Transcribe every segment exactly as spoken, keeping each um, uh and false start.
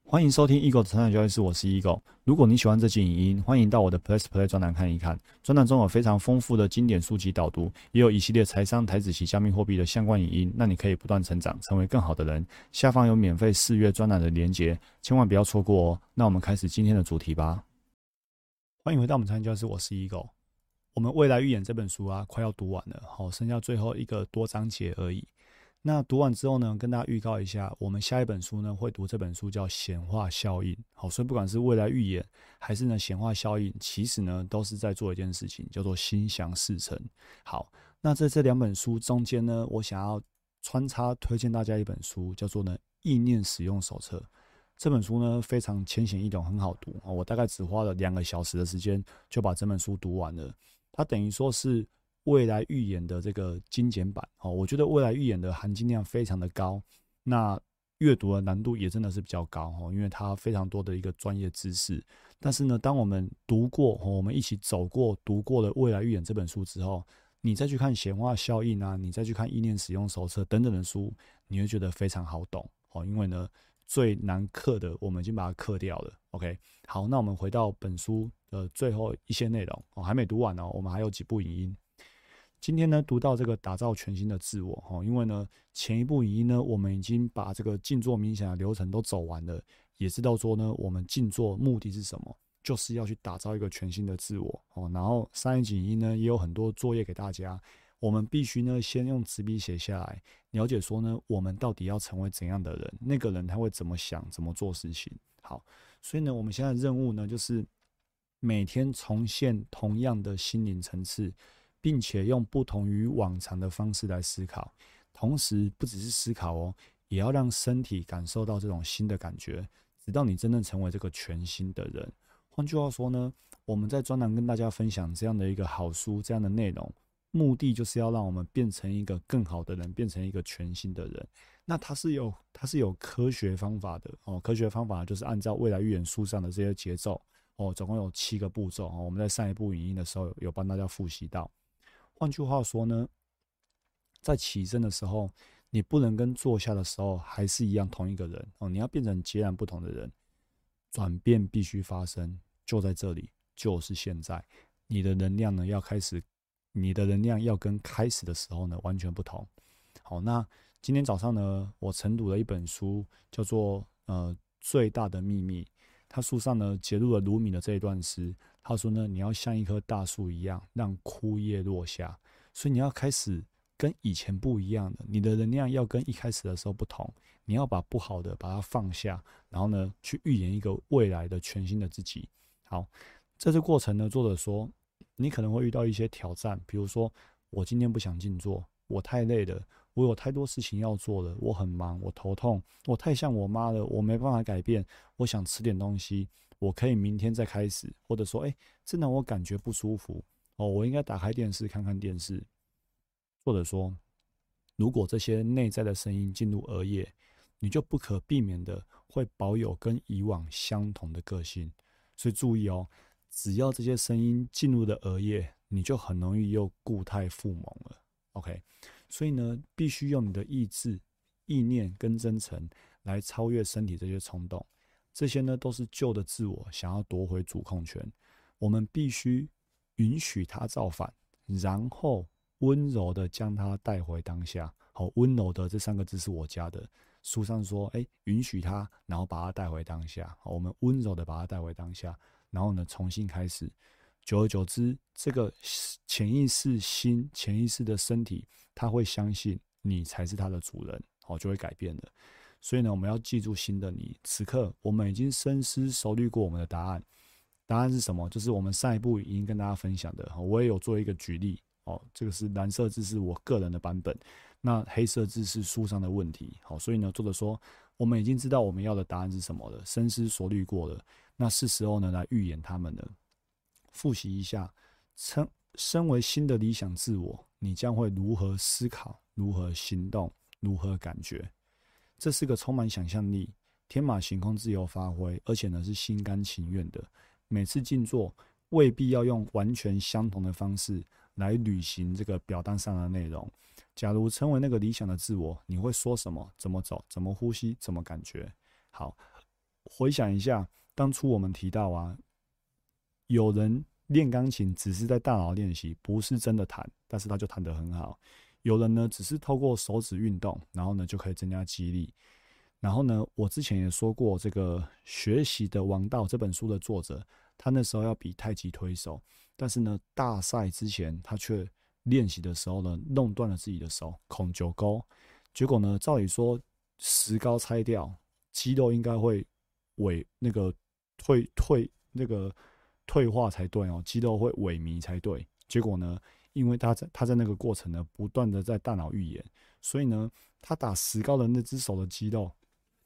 欢迎收听 Eagle 的成长交易室，我是 Eagle。如果你喜欢这期影音，欢迎到我的 Plus Play 专栏看一看。专栏中有非常丰富的经典书籍导读，也有一系列财商、台子及加密货币的相关影音，让你可以不断成长，成为更好的人。下方有免费试阅专栏的连结，千万不要错过哦。那我们开始今天的主题吧。欢迎回到我们成长交易室，我是 Eagle。我们未来预演这本书啊，快要读完了，好，剩下最后一个多章节而已。那读完之后呢，跟大家预告一下，我们下一本书呢会读这本书叫显化效应。好，所以不管是未来预言还是呢显化效应，其实呢都是在做一件事情，叫做心想事成。好，那在这两本书中间呢，我想要穿插推荐大家一本书，叫做呢意念使用手册。这本书呢非常浅显易懂，很好读，我大概只花了两个小时的时间就把这本书读完了。它等于说是未来预言的这个精简版，我觉得未来预言的含金量非常的高，那阅读的难度也真的是比较高，因为它非常多的一个专业知识。但是呢，当我们读过，我们一起走过读过了未来预言这本书之后，你再去看显化效应啊，你再去看意念使用手册等等的书，你会觉得非常好懂，因为呢最难刻的我们已经把它刻掉了。 OK， 好，那我们回到本书的最后一些内容，还没读完哦，我们还有几部影音。今天呢，读到这个打造全新的自我，因为呢，前一部影音呢，我们已经把这个静坐冥想的流程都走完了，也知道说呢，我们静坐目的是什么，就是要去打造一个全新的自我。然后上一集影音呢，也有很多作业给大家，我们必须呢，先用纸笔写下来，了解说呢，我们到底要成为怎样的人，那个人他会怎么想，怎么做事情。好，所以呢，我们现在的任务呢，就是每天重现同样的心灵层次，并且用不同于往常的方式来思考，同时不只是思考哦，也要让身体感受到这种新的感觉，直到你真正成为这个全新的人。换句话说呢，我们在专栏跟大家分享这样的一个好书，这样的内容，目的就是要让我们变成一个更好的人，变成一个全新的人。那它是有它是有科学方法的哦，科学方法就是按照未来预言书上的这些节奏哦，总共有七个步骤哦，我们在上一部影音的时候有帮大家复习到。换句话说呢，在起身的时候，你不能跟坐下的时候还是一样同一个人哦，你要变成截然不同的人。转变必须发生，就在这里，就是现在。你的能量呢，要开始，你的能量要跟开始的时候呢完全不同。好，那今天早上呢，我晨读了一本书，叫做呃最大的秘密。他书上呢揭露了鲁米的这一段诗，他说呢，你要像一棵大树一样，让枯叶落下。所以你要开始跟以前不一样的，你的能量要跟一开始的时候不同。你要把不好的把它放下，然后呢，去预言一个未来的全新的自己。好，在这过程呢，作者说，你可能会遇到一些挑战，比如说，我今天不想静坐，我太累了，我有太多事情要做了，我很忙，我头痛，我太像我妈了，我没办法改变，我想吃点东西，我可以明天再开始，或者说，哎，真的我感觉不舒服哦，我应该打开电视看看电视。或者说，如果这些内在的声音进入额叶，你就不可避免的会保有跟以往相同的个性。所以注意哦，只要这些声音进入了额叶，你就很容易又固态复萌了。OK， 所以呢，必须用你的意志、意念跟真诚来超越身体这些冲动。这些呢，都是旧的自我想要夺回主控权。我们必须允许它造反，然后温柔的将它带回当下。好，温柔的这三个字是我加的。书上说，哎，允许它，然后把它带回当下。好，我们温柔的把它带回当下，然后呢，重新开始。久而久之，这个潜意识心、潜意识的身体，它会相信你才是它的主人，好，就会改变了。所以呢，我们要记住新的你。此刻，我们已经深思熟虑过我们的答案。答案是什么？就是我们上一部已经跟大家分享的，我也有做一个举例。哦，这个是蓝色字是我个人的版本，那黑色字是书上的问题。好，所以呢，作者说我们已经知道我们要的答案是什么了，深思熟虑过了，那是时候呢来预言他们了。复习一下，身身为新的理想自我，你将会如何思考，如何行动，如何感觉？这是个充满想象力、天马行空、自由发挥，而且呢是心甘情愿的。每次静坐未必要用完全相同的方式来履行这个表单上的内容。假如成为那个理想的自我，你会说什么？怎么走？怎么呼吸？怎么感觉？好， 回想一下，当初我们提到啊，有人练钢琴只是在大脑练习，不是真的弹，但是他就弹得很好。有人呢，只是透过手指运动，然后呢就可以增加肌力。然后呢，我之前也说过，这个《学习的王道》这本书的作者，他那时候要比太极推手，但是呢，大赛之前他却练习的时候呢，弄断了自己的手，孔九沟。结果呢，照理说石膏拆掉，肌肉应该会萎那个退退那个退化才对哦，肌肉会萎靡才对。结果呢，因为他在他在那个过程呢，不断的在大脑预演，所以呢，他打石膏的那只手的肌肉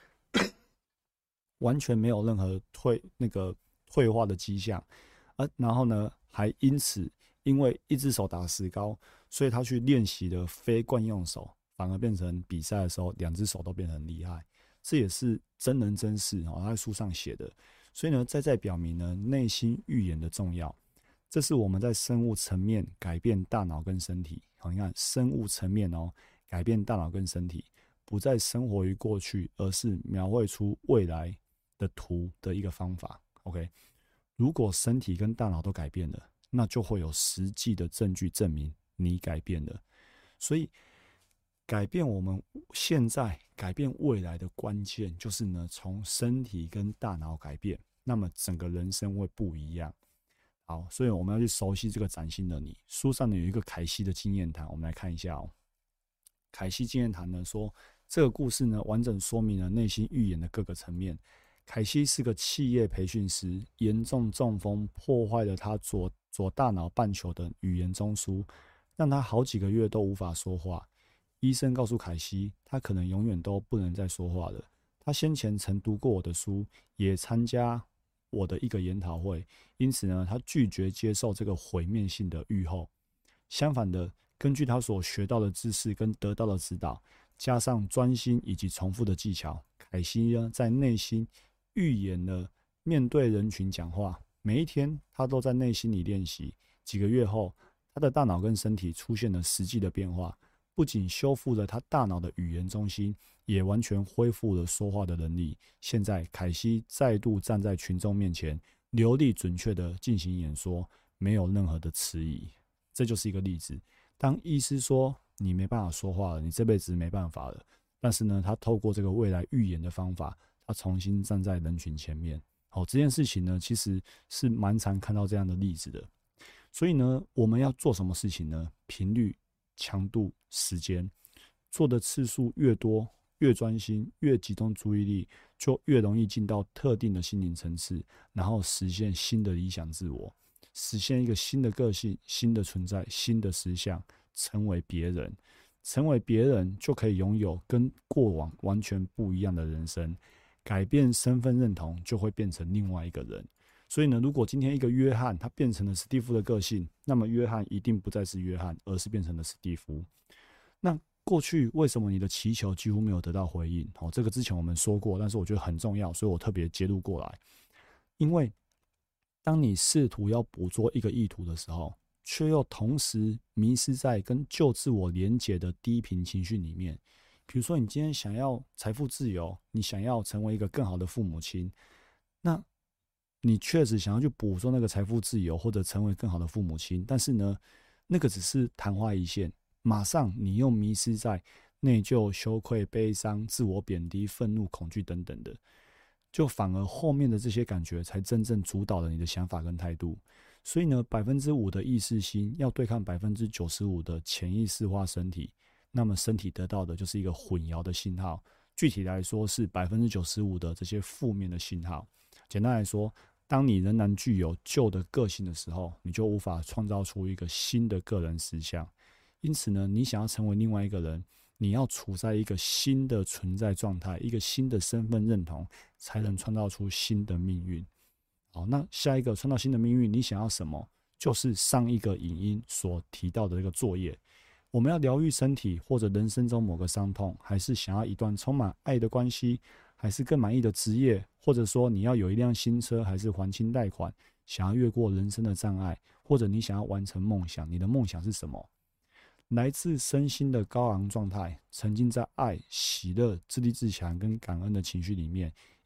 完全没有任何退那个退化的迹象，而然后呢，还因此因为一只手打石膏，所以他去练习的非惯用手，反而变成比赛的时候两只手都变得很厉害。这也是真人真事哦，他在书上写的。所以呢，再再表明呢，内心预言的重要。这是我们在生物层面改变大脑跟身体。好，你看生物层面哦，改变大脑跟身体，不再生活于过去，而是描绘出未来的图的一个方法。OK， 如果身体跟大脑都改变了，那就会有实际的证据证明你改变了。所以，改变我们现在、改变未来的关键，就是呢，从身体跟大脑改变，那么整个人生会不一样。好，所以我们要去熟悉这个崭新的你。书上呢有一个凯西的经验谈，我们来看一下哦。凯西经验谈呢说，这个故事呢完整说明了内心预言的各个层面。凯西是个企业培训师，严重中风破坏了他左左大脑半球的语言中枢，让他好几个月都无法说话。医生告诉凯西，他可能永远都不能再说话了。他先前曾读过我的书，也参加我的一个研讨会，因此呢，他拒绝接受这个毁灭性的预后。相反的，根据他所学到的知识跟得到的指导，加上专心以及重复的技巧，凯西呢在内心预演了面对人群讲话。每一天，他都在内心里练习。几个月后，他的大脑跟身体出现了实际的变化，不仅修复了他大脑的语言中心，也完全恢复了说话的能力。现在，凯西再度站在群众面前，流利准确地进行演说，没有任何的迟疑。这就是一个例子。当医师说你没办法说话了，你这辈子没办法了，但是呢，他透过这个未来预言的方法，他重新站在人群前面。好，这件事情呢，其实是蛮常看到这样的例子的。所以呢，我们要做什么事情呢？频率、强度、时间，做的次数越多，越专心，越集中注意力，就越容易进到特定的心灵层次，然后实现新的理想自我，实现一个新的个性、新的存在、新的实相，成为别人。成为别人，就可以拥有跟过往完全不一样的人生。改变身份认同，就会变成另外一个人。所以呢，如果今天一个约翰他变成了史蒂夫的个性，那么约翰一定不再是约翰，而是变成了史蒂夫。那过去为什么你的祈求几乎没有得到回应？哦，这个之前我们说过，但是我觉得很重要，所以我特别揭露过来。因为当你试图要捕捉一个意图的时候，却又同时迷失在跟旧自我连结的低频情绪里面。比如说，你今天想要财富自由，你想要成为一个更好的父母亲，那你确实想要去捕捉那个财富自由或者成为更好的父母亲，但是呢，那个只是昙花一现，马上你又迷失在内疚、羞愧、悲伤、自我贬低、愤怒、恐惧等等的，就反而后面的这些感觉才真正主导了你的想法跟态度。所以呢，百分之五的意识心要对抗百分之九十五的潜意识化身体，那么身体得到的就是一个混淆的信号。具体来说是百分之九十五的这些负面的信号。简单来说，当你仍然具有旧的个性的时候，你就无法创造出一个新的个人实相。因此呢，你想要成为另外一个人，你要处在一个新的存在状态，一个新的身份认同，才能创造出新的命运。好，那下一个创造新的命运，你想要什么？就是上一个影音所提到的这个作业。我们要疗愈身体，或者人生中某个伤痛，还是想要一段充满爱的关系，还是更满意的职业，或者说你要有一辆新车，还是还清贷款，想要越过人生的障碍，或者你想要完成梦想，你的梦想是什么？来自身心的高昂状态，沉浸在爱、喜乐、自立自强跟感恩的情绪里面，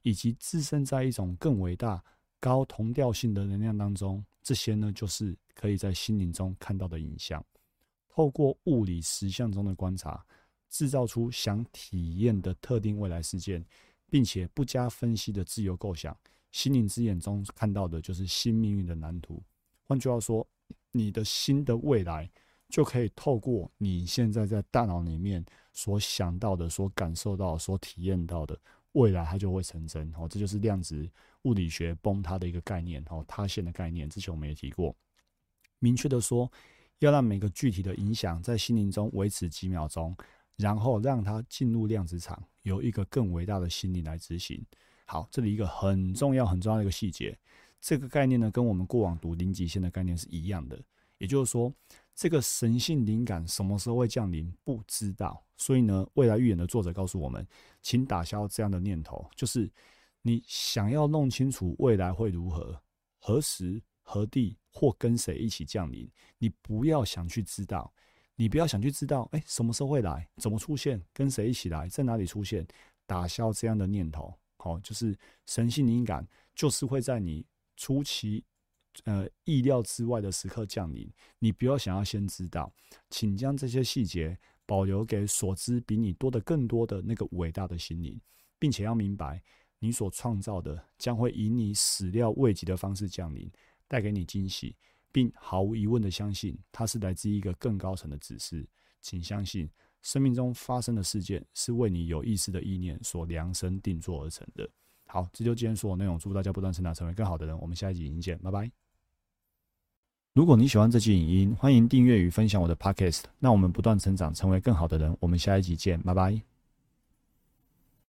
以及置身在一种更伟大、高同调性的能量当中，这些呢，就是可以在心灵中看到的影像。透过物理实相中的观察，制造出想体验的特定未来事件，并且不加分析的自由构想，心灵之眼中看到的就是新命运的蓝图。换句话说，你的新的未来就可以透过你现在在大脑里面所想到的、所感受到的、所体验到的，未来它就会成真。这就是量子物理学崩塌的一个概念，塌陷的概念。之前我们也提过，明确的说，要让每个具体的影响在心灵中维持几秒钟，然后让它进入量子场，由一个更伟大的心灵来执行。好，这里一个很重要、很重要的一个细节，这个概念呢，跟我们过往读零极限的概念是一样的。也就是说，这个神性灵感什么时候会降临，不知道。所以呢，未来预言的作者告诉我们，请打消这样的念头，就是你想要弄清楚未来会如何、何时、何地或跟谁一起降临，你不要想去知道。你不要想去知道，哎，什么时候会来，怎么出现，跟谁一起来，在哪里出现，打消这样的念头。好，就是神性灵感，就是会在你出其呃意料之外的时刻降临。你不要想要先知道，请将这些细节保留给所知比你多的更多的那个伟大的心灵，并且要明白，你所创造的将会以你始料未及的方式降临，带给你惊喜。并毫无疑问的相信，它是来自一个更高层的指示。请相信，生命中发生的事件是为你有意识的意念所量身定做而成的。好，这就今天所有内容，祝大家不断成长，成为更好的人。我们下一集影音见，拜拜。如果你喜欢这期影音，欢迎订阅与分享我的 Podcast。那我们不断成长，成为更好的人。我们下一集见，拜拜。